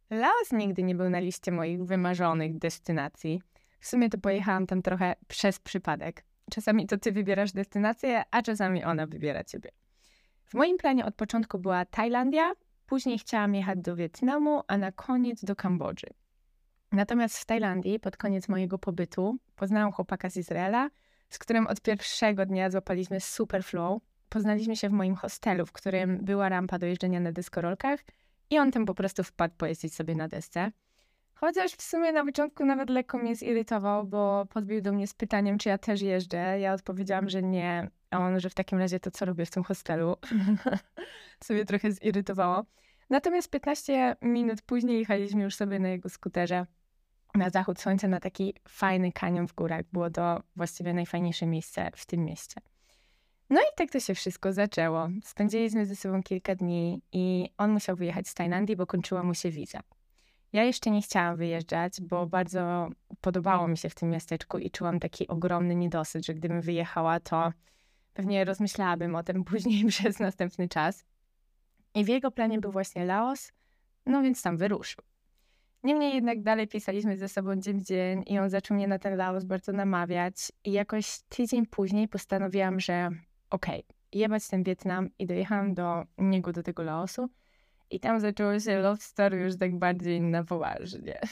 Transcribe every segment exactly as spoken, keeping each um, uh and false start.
Laos nigdy nie był na liście moich wymarzonych destynacji. W sumie to pojechałam tam trochę przez przypadek. Czasami to ty wybierasz destynację, a czasami ona wybiera ciebie. W moim planie od początku była Tajlandia, później chciałam jechać do Wietnamu, a na koniec do Kambodży. Natomiast w Tajlandii pod koniec mojego pobytu poznałam chłopaka z Izraela, z którym od pierwszego dnia złapaliśmy super flow. Poznaliśmy się w moim hostelu, w którym była rampa do jeżdżenia na deskorolkach i on tam po prostu wpadł pojeździć sobie na desce. Chociaż w sumie na początku nawet lekko mnie zirytował, bo podbił do mnie z pytaniem, czy ja też jeżdżę. Ja odpowiedziałam, że nie, a on, że w takim razie to co robię w tym hostelu. Co mnie trochę zirytowało. Natomiast piętnaście minut później jechaliśmy już sobie na jego skuterze na zachód słońca, na taki fajny kanion w górach. Było to właściwie najfajniejsze miejsce w tym mieście. No i tak to się wszystko zaczęło. Spędziliśmy ze sobą kilka dni i on musiał wyjechać z Tajlandii, bo kończyła mu się wiza. Ja jeszcze nie chciałam wyjeżdżać, bo bardzo podobało mi się w tym miasteczku i czułam taki ogromny niedosyt, że gdybym wyjechała, to pewnie rozmyślałabym o tym później przez następny czas. I w jego planie był właśnie Laos, no więc tam wyruszył. Niemniej jednak dalej pisaliśmy ze sobą dzień w dzień i on zaczął mnie na ten Laos bardzo namawiać i jakoś tydzień później postanowiłam, że okej, okay, jebać ten Wietnam i dojechałam do niego, do tego Laosu i tam zaczęło się love story już tak bardziej na poważnie.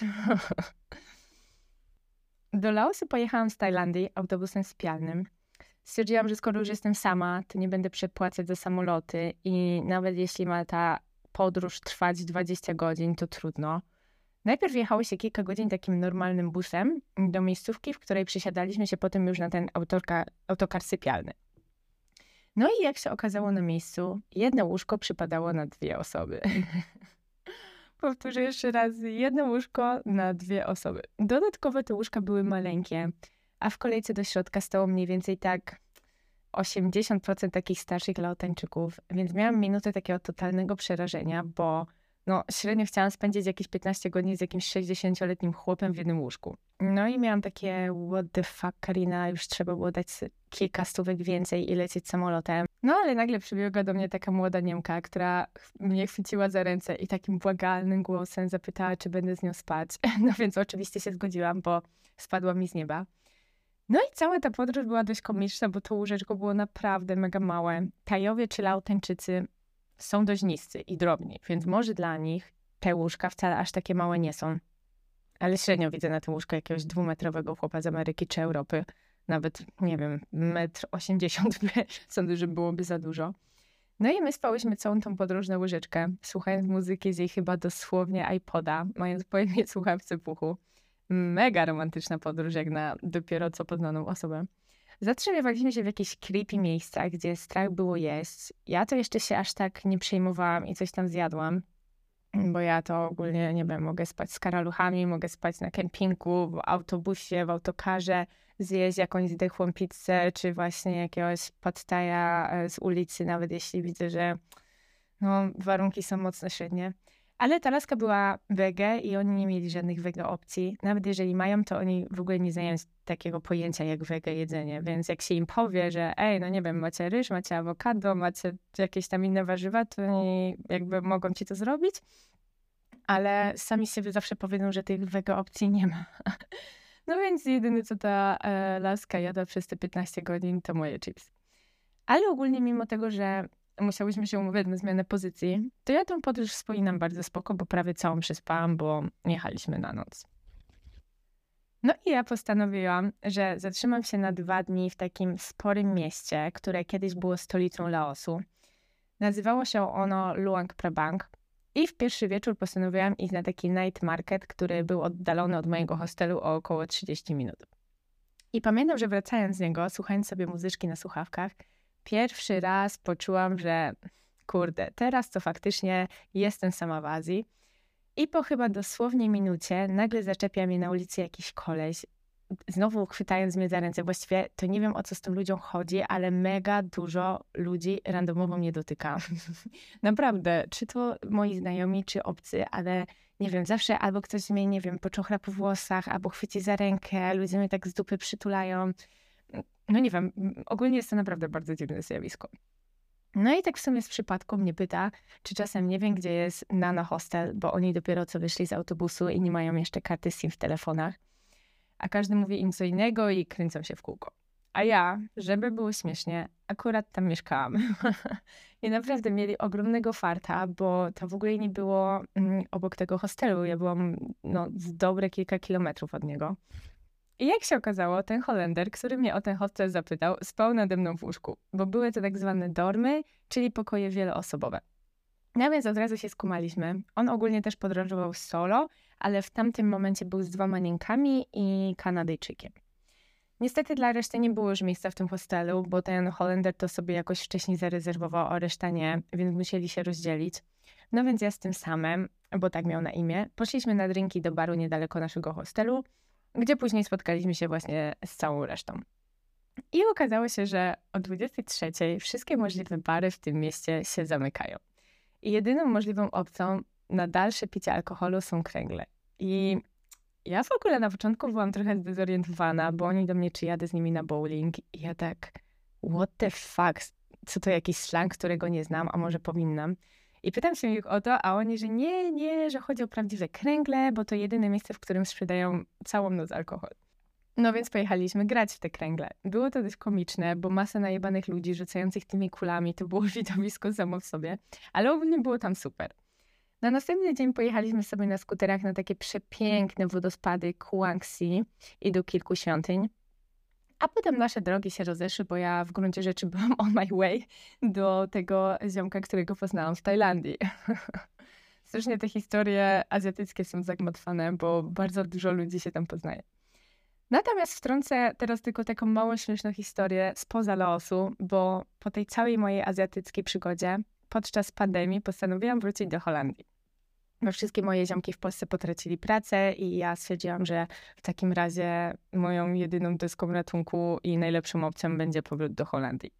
Do Laosu pojechałam z Tajlandii autobusem specjalnym. Stwierdziłam, że skoro już jestem sama, to nie będę przepłacać za samoloty i nawet jeśli ma ta podróż trwać dwadzieścia godzin, to trudno. Najpierw jechało się kilka godzin takim normalnym busem do miejscówki, w której przesiadaliśmy się potem już na ten autorka, autokar sypialny. No i jak się okazało na miejscu, jedno łóżko przypadało na dwie osoby. Powtórzę jeszcze raz, jedno łóżko na dwie osoby. Dodatkowo te łóżka były maleńkie, a w kolejce do środka stało mniej więcej tak osiemdziesiąt procent takich starszych Laotańczyków, więc miałam minutę takiego totalnego przerażenia, bo no, średnio chciałam spędzić jakieś piętnaście godzin z jakimś sześćdziesięcioletnim chłopem w jednym łóżku. No i miałam takie, what the fuck, Karina, już trzeba było dać kilka stówek więcej i lecieć samolotem. No ale nagle przybiegła do mnie taka młoda Niemka, która mnie chwyciła za ręce i takim błagalnym głosem zapytała, czy będę z nią spać. No więc oczywiście się zgodziłam, bo spadła mi z nieba. No i cała ta podróż była dość komiczna, bo to łóżeczko było naprawdę mega małe. Tajowie czy Laotańczycy są dość niscy i drobni, więc może dla nich te łóżka wcale aż takie małe nie są. Ale średnio widzę na tym łóżku jakiegoś dwumetrowego chłopa z Ameryki czy Europy. Nawet, nie wiem, metr osiemdziesiąt, sądzę, że byłoby za dużo. No i my spałyśmy całą tą podróż na łyżeczkę, słuchając muzyki z jej chyba dosłownie iPoda, mając po jednej słuchawce w uchu. Mega romantyczna podróż, jak na dopiero co poznaną osobę. Zatrzymywaliśmy się w jakichś creepy miejscach, gdzie strach było jeść. Ja to jeszcze się aż tak nie przejmowałam i coś tam zjadłam, bo ja to ogólnie, nie wiem, mogę spać z karaluchami, mogę spać na kempingu, w autobusie, w autokarze, zjeść jakąś zdechłą pizzę, czy właśnie jakiegoś pad thaja z ulicy, nawet jeśli widzę, że no, warunki są mocno średnie. Ale ta laska była wege i oni nie mieli żadnych wege opcji. Nawet jeżeli mają, to oni w ogóle nie znają takiego pojęcia jak wege jedzenie. Więc jak się im powie, że ej, no nie wiem, macie ryż, macie awokado, macie jakieś tam inne warzywa, to oni jakby mogą ci to zrobić. Ale sami sobie zawsze powiedzą, że tych wege opcji nie ma. No więc jedyne, co ta e, laska jada przez te piętnaście godzin, to moje chips. Ale ogólnie mimo tego, że musiałyśmy się umówić na zmianę pozycji, to ja tę podróż wspominam bardzo spoko, bo prawie całą przespałam, bo jechaliśmy na noc. No i ja postanowiłam, że zatrzymam się na dwa dni w takim sporym mieście, które kiedyś było stolicą Laosu. Nazywało się ono Luang Prabang i w pierwszy wieczór postanowiłam iść na taki night market, który był oddalony od mojego hostelu o około trzydzieści minut. I pamiętam, że wracając z niego, słuchając sobie muzyczki na słuchawkach, pierwszy raz poczułam, że kurde, teraz to faktycznie jestem sama w Azji. I po chyba dosłownie minucie nagle zaczepia mnie na ulicy jakiś koleś, znowu chwytając mnie za ręce. Właściwie to nie wiem, o co z tym ludziom chodzi, ale mega dużo ludzi randomowo mnie dotyka. Naprawdę, czy to moi znajomi, czy obcy, ale nie wiem, zawsze albo ktoś mnie, nie wiem, poczochra po włosach, albo chwyci za rękę, ludzie mnie tak z dupy przytulają. No nie wiem, ogólnie jest to naprawdę bardzo dziwne zjawisko. No i tak w sumie z przypadku mnie pyta, czy czasem nie wiem, gdzie jest Nano Hostel, bo oni dopiero co wyszli z autobusu i nie mają jeszcze karty SIM w telefonach. A każdy mówi im co innego i kręcą się w kółko. A ja, żeby było śmiesznie, akurat tam mieszkałam. I naprawdę mieli ogromnego farta, bo to w ogóle nie było mm, obok tego hostelu. Ja byłam no, z dobre kilka kilometrów od niego. I jak się okazało, ten Holender, który mnie o ten hostel zapytał, spał nade mną w łóżku, bo były to tak zwane dormy, czyli pokoje wieloosobowe. No więc od razu się skumaliśmy. On ogólnie też podróżował solo, ale w tamtym momencie był z dwoma Niemkami i Kanadyjczykiem. Niestety dla reszty nie było już miejsca w tym hostelu, bo ten Holender to sobie jakoś wcześniej zarezerwował, a reszta nie, więc musieli się rozdzielić. No więc ja z tym samym, bo tak miał na imię, poszliśmy na drinki do baru niedaleko naszego hostelu, gdzie później spotkaliśmy się właśnie z całą resztą. I okazało się, że o dwudziestej trzeciej wszystkie możliwe bary w tym mieście się zamykają. I jedyną możliwą opcją na dalsze picie alkoholu są kręgle. I ja w ogóle na początku byłam trochę zdezorientowana, bo oni do mnie, czy jadę z nimi na bowling. I ja tak, what the fuck, co to jakiś slang, którego nie znam, a może powinnam. I pytam się ich o to, a oni, że nie, nie, że chodzi o prawdziwe kręgle, bo to jedyne miejsce, w którym sprzedają całą noc alkohol. No więc pojechaliśmy grać w te kręgle. Było to dość komiczne, bo masa najebanych ludzi rzucających tymi kulami, to było widowisko samo w sobie, ale ogólnie było tam super. Na następny dzień pojechaliśmy sobie na skuterach na takie przepiękne wodospady Kuangxi i do kilku świątyń. A potem nasze drogi się rozeszły, bo ja w gruncie rzeczy byłam on my way do tego ziomka, którego poznałam w Tajlandii. Strasznie te historie azjatyckie są zagmatwane, bo bardzo dużo ludzi się tam poznaje. Natomiast wtrącę teraz tylko taką małą, śmieszną historię spoza Laosu, bo po tej całej mojej azjatyckiej przygodzie podczas pandemii postanowiłam wrócić do Holandii. Bo wszystkie moje ziomki w Polsce potracili pracę i ja stwierdziłam, że w takim razie moją jedyną deską ratunku i najlepszą opcją będzie powrót do Holandii.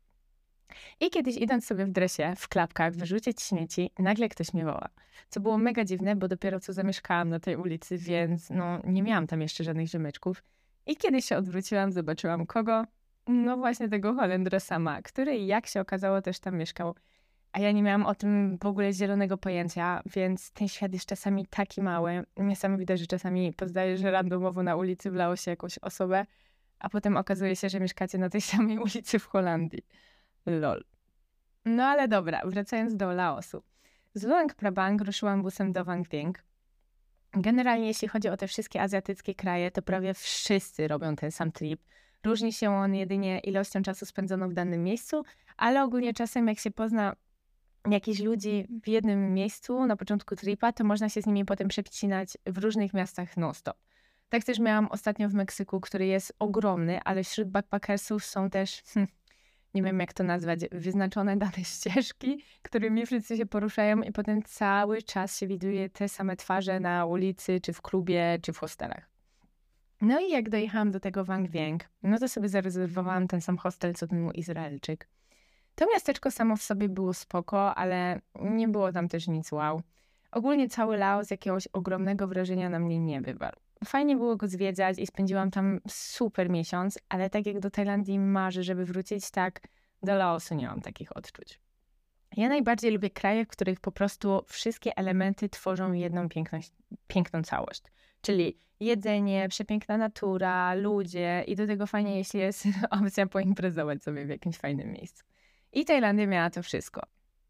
I kiedyś idąc sobie w dresie, w klapkach, wyrzucić śmieci, nagle ktoś mnie woła. Co było mega dziwne, bo dopiero co zamieszkałam na tej ulicy, więc no nie miałam tam jeszcze żadnych ziomeczków. I kiedy się odwróciłam, zobaczyłam kogo? No właśnie tego Holendra sama, który jak się okazało też tam mieszkał. A ja nie miałam o tym w ogóle zielonego pojęcia, więc ten świat jest czasami taki mały. Niesamowite, że czasami poznajesz randomowo na ulicy w Laosie jakąś osobę, a potem okazuje się, że mieszkacie na tej samej ulicy w Holandii. Lol. No ale dobra, wracając do Laosu. Z Luang Prabang ruszyłam busem do Vang Vieng. Generalnie jeśli chodzi o te wszystkie azjatyckie kraje, to prawie wszyscy robią ten sam trip. Różni się on jedynie ilością czasu spędzoną w danym miejscu, ale ogólnie czasem jak się pozna jakichś ludzi w jednym miejscu na początku tripa, to można się z nimi potem przecinać w różnych miastach non-stop. Tak też miałam ostatnio w Meksyku, który jest ogromny, ale wśród backpackersów są też, hm, nie wiem jak to nazwać, wyznaczone dane ścieżki, którymi wszyscy się poruszają i potem cały czas się widuje te same twarze na ulicy, czy w klubie, czy w hostelach. No i jak dojechałam do tego Vang Vieng, no to sobie zarezerwowałam ten sam hostel, co ten mój Izraelczyk. To miasteczko samo w sobie było spoko, ale nie było tam też nic wow. Ogólnie cały Laos jakiegoś ogromnego wrażenia na mnie nie wywarł. Fajnie było go zwiedzać i spędziłam tam super miesiąc, ale tak jak do Tajlandii marzę, żeby wrócić, tak do Laosu nie mam takich odczuć. Ja najbardziej lubię kraje, w których po prostu wszystkie elementy tworzą jedną piękną, piękną całość. Czyli jedzenie, przepiękna natura, ludzie i do tego fajnie, jeśli jest opcja poimprezować sobie w jakimś fajnym miejscu. I Tajlandia miała to wszystko.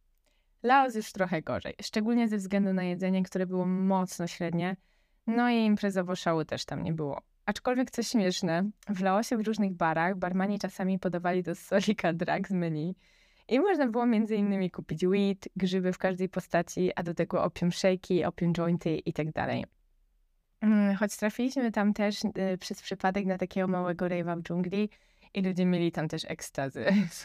Laos już trochę gorzej, szczególnie ze względu na jedzenie, które było mocno średnie, no i imprezowo szału też tam nie było. Aczkolwiek co śmieszne, w Laosie w różnych barach barmani czasami podawali do stolika drag z menu i można było między innymi kupić weed, grzyby w każdej postaci, a do tego opium shake'i, opium jointy i tak dalej. Choć trafiliśmy tam też y, przez przypadek na takiego małego rave'a w dżungli i ludzie mieli tam też ekstazy.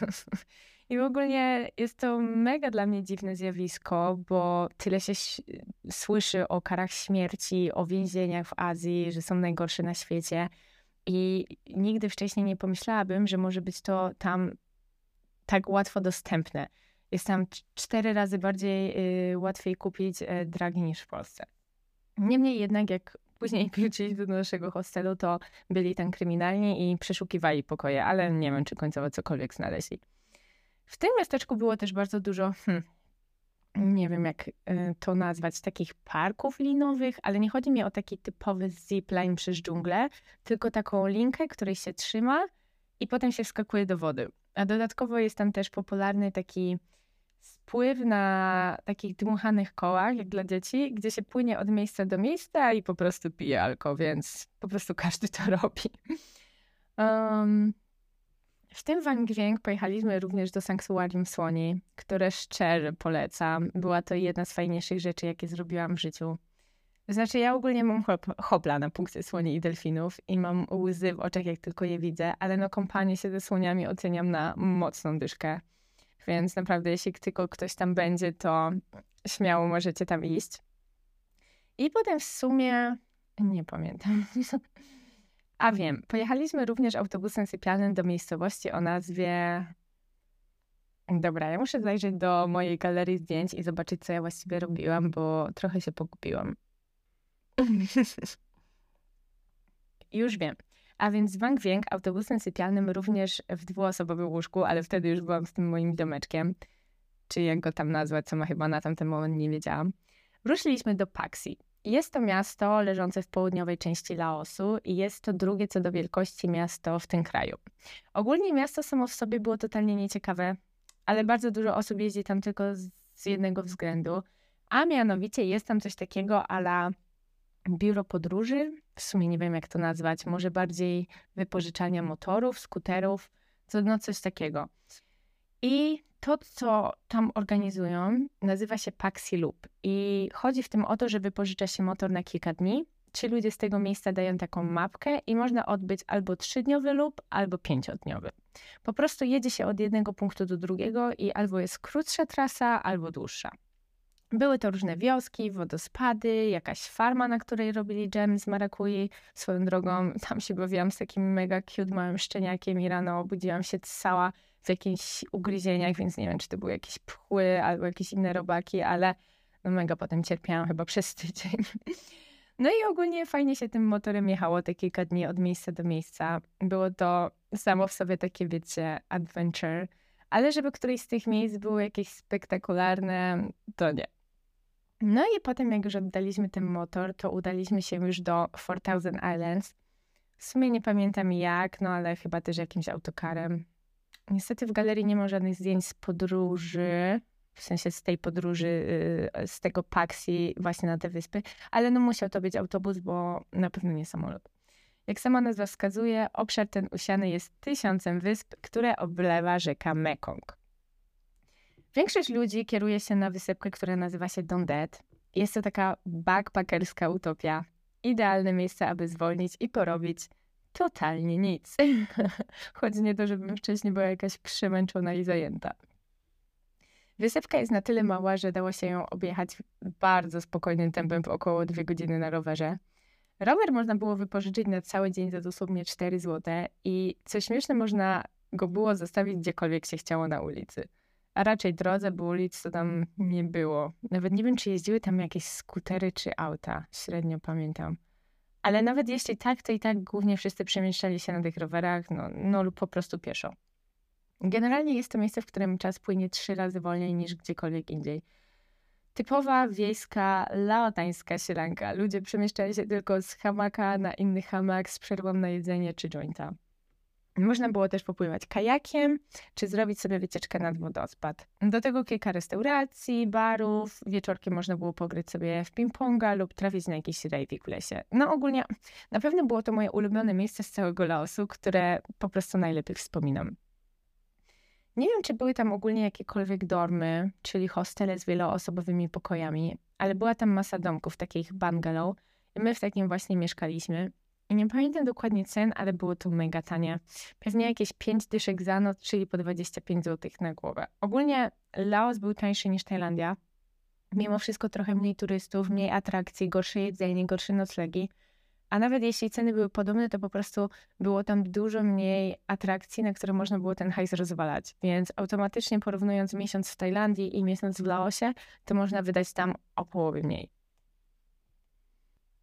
I ogólnie jest to mega dla mnie dziwne zjawisko, bo tyle się słyszy o karach śmierci, o więzieniach w Azji, że są najgorsze na świecie. I nigdy wcześniej nie pomyślałabym, że może być to tam tak łatwo dostępne. Jest tam cztery razy bardziej y, łatwiej kupić y, dragi niż w Polsce. Niemniej jednak, jak później wróciliśmy do naszego hostelu, to byli tam kryminalni i przeszukiwali pokoje, ale nie wiem, czy końcowo cokolwiek znaleźli. W tym miasteczku było też bardzo dużo, hmm, nie wiem jak to nazwać, takich parków linowych, ale nie chodzi mi o taki typowy zipline przez dżunglę, tylko taką linkę, której się trzyma i potem się wskakuje do wody. A dodatkowo jest tam też popularny taki spływ na takich dmuchanych kołach, jak dla dzieci, gdzie się płynie od miejsca do miejsca i po prostu pije alko, więc po prostu każdy to robi. Um, w tym Vang Vieng pojechaliśmy również do sanktuarium słoni, które szczerze polecam. Była to jedna z fajniejszych rzeczy, jakie zrobiłam w życiu. Znaczy, ja ogólnie mam hop, hopla na punkcie słoni i delfinów i mam łzy w oczach, jak tylko je widzę, ale no kąpanie się ze słoniami oceniam na mocną dyszkę. Więc naprawdę, jeśli tylko ktoś tam będzie, to śmiało możecie tam iść. I potem w sumie, nie pamiętam. A wiem, pojechaliśmy również autobusem sypialnym do miejscowości o nazwie... Dobra, ja muszę zajrzeć do mojej galerii zdjęć i zobaczyć, co ja właściwie robiłam, bo trochę się pogubiłam. Już wiem. A więc w Vang Vieng autobusem sypialnym również w dwuosobowym łóżku, ale wtedy już byłam z tym moim domeczkiem, czy jak go tam nazwać, co ma chyba na tamten moment nie wiedziałam. Ruszyliśmy do Paksi. Jest to miasto leżące w południowej części Laosu i jest to drugie co do wielkości miasto w tym kraju. Ogólnie miasto samo w sobie było totalnie nieciekawe, ale bardzo dużo osób jeździ tam tylko z jednego względu, a mianowicie jest tam coś takiego a la biuro podróży, w sumie nie wiem jak to nazwać, może bardziej wypożyczania motorów, skuterów, co, no coś takiego. I to, co tam organizują, nazywa się Paksi Loop i chodzi w tym o to, że wypożycza się motor na kilka dni. Ci ludzie z tego miejsca dają taką mapkę i można odbyć albo trzydniowy loop, albo pięciodniowy. Po prostu jedzie się od jednego punktu do drugiego i albo jest krótsza trasa, albo dłuższa. Były to różne wioski, wodospady, jakaś farma, na której robili dżem z marakui. Swoją drogą tam się bawiłam z takim mega cute małym szczeniakiem i rano obudziłam się cała w jakichś ugryzieniach, więc nie wiem, czy to były jakieś pchły albo jakieś inne robaki, ale no mega potem cierpiałam chyba przez tydzień. No i ogólnie fajnie się tym motorem jechało te kilka dni od miejsca do miejsca. Było to samo w sobie takie, wiecie, adventure, ale żeby któreś z tych miejsc było jakieś spektakularne, to nie. No i potem, jak już oddaliśmy ten motor, to udaliśmy się już do four thousand Islands. W sumie nie pamiętam jak, no ale chyba też jakimś autokarem. Niestety w galerii nie ma żadnych zdjęć z podróży, w sensie z tej podróży, z tego Paksi właśnie na te wyspy, ale no musiał to być autobus, bo na pewno nie samolot. Jak sama nazwa wskazuje, obszar ten usiany jest tysiącem wysp, które oblewa rzeka Mekong. Większość ludzi kieruje się na wysepkę, która nazywa się Don Det. Jest to taka backpackerska utopia. Idealne miejsce, aby zwolnić i porobić totalnie nic. Choć nie to, żebym wcześniej była jakaś przemęczona i zajęta. Wysepka jest na tyle mała, że dało się ją objechać bardzo spokojnym tempem w około dwie godziny na rowerze. Rower można było wypożyczyć na cały dzień za dosłownie cztery złote i co śmieszne, można go było zostawić gdziekolwiek się chciało na ulicy. A raczej drodze, bo ulic to tam nie było. Nawet nie wiem, czy jeździły tam jakieś skutery czy auta. Średnio pamiętam. Ale nawet jeśli tak, to i tak głównie wszyscy przemieszczali się na tych rowerach, no, no lub po prostu pieszo. Generalnie jest to miejsce, w którym czas płynie trzy razy wolniej niż gdziekolwiek indziej. Typowa wiejska, laotańska sielanka. Ludzie przemieszczali się tylko z hamaka na inny hamak z przerwą na jedzenie czy jointa. Można było też popływać kajakiem, czy zrobić sobie wycieczkę nad wodospad. Do tego kilka restauracji, barów. Wieczorkiem można było pograć sobie w ping-ponga lub trafić na jakiś rejwik w lesie. No ogólnie na pewno było to moje ulubione miejsce z całego Laosu, które po prostu najlepiej wspominam. Nie wiem, czy były tam ogólnie jakiekolwiek dormy, czyli hostele z wieloosobowymi pokojami, ale była tam masa domków, takich bungalow i my w takim właśnie mieszkaliśmy. I nie pamiętam dokładnie cen, ale było to mega tanie. Pewnie jakieś pięć dyszek za noc, czyli po dwadzieścia pięć złotych na głowę. Ogólnie Laos był tańszy niż Tajlandia. Mimo wszystko trochę mniej turystów, mniej atrakcji, gorsze jedzenie, gorsze noclegi. A nawet jeśli ceny były podobne, to po prostu było tam dużo mniej atrakcji, na które można było ten hajs rozwalać. Więc automatycznie porównując miesiąc w Tajlandii i miesiąc w Laosie, to można wydać tam o połowie mniej.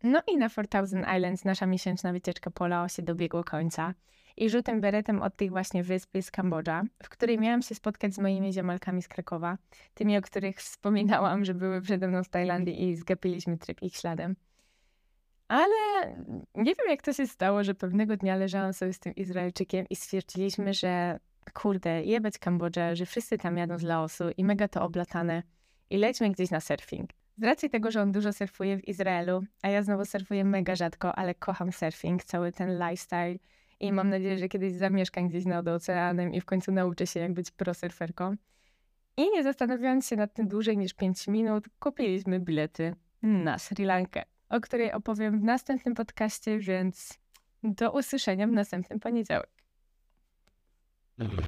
No i na four thousand Islands nasza miesięczna wycieczka po Laosie dobiegła końca. I żółtym beretem od tych właśnie wysp jest Kambodża, w której miałam się spotkać z moimi ziomalkami z Krakowa, tymi, o których wspominałam, że były przede mną w Tajlandii i zgapiliśmy tryb ich śladem. Ale nie wiem, jak to się stało, że pewnego dnia leżałam sobie z tym Izraelczykiem i stwierdziliśmy, że kurde, jebać Kambodżę, że wszyscy tam jadą z Laosu i mega to oblatane i lećmy gdzieś na surfing. Z racji tego, że on dużo surfuje w Izraelu, a ja znowu surfuję mega rzadko, ale kocham surfing, cały ten lifestyle i mam nadzieję, że kiedyś zamieszkam gdzieś nad oceanem i w końcu nauczę się, jak być pro surferką. I nie zastanawiając się nad tym dłużej niż pięć minut, kupiliśmy bilety na Sri Lankę, o której opowiem w następnym podcaście, więc do usłyszenia w następnym poniedziałek.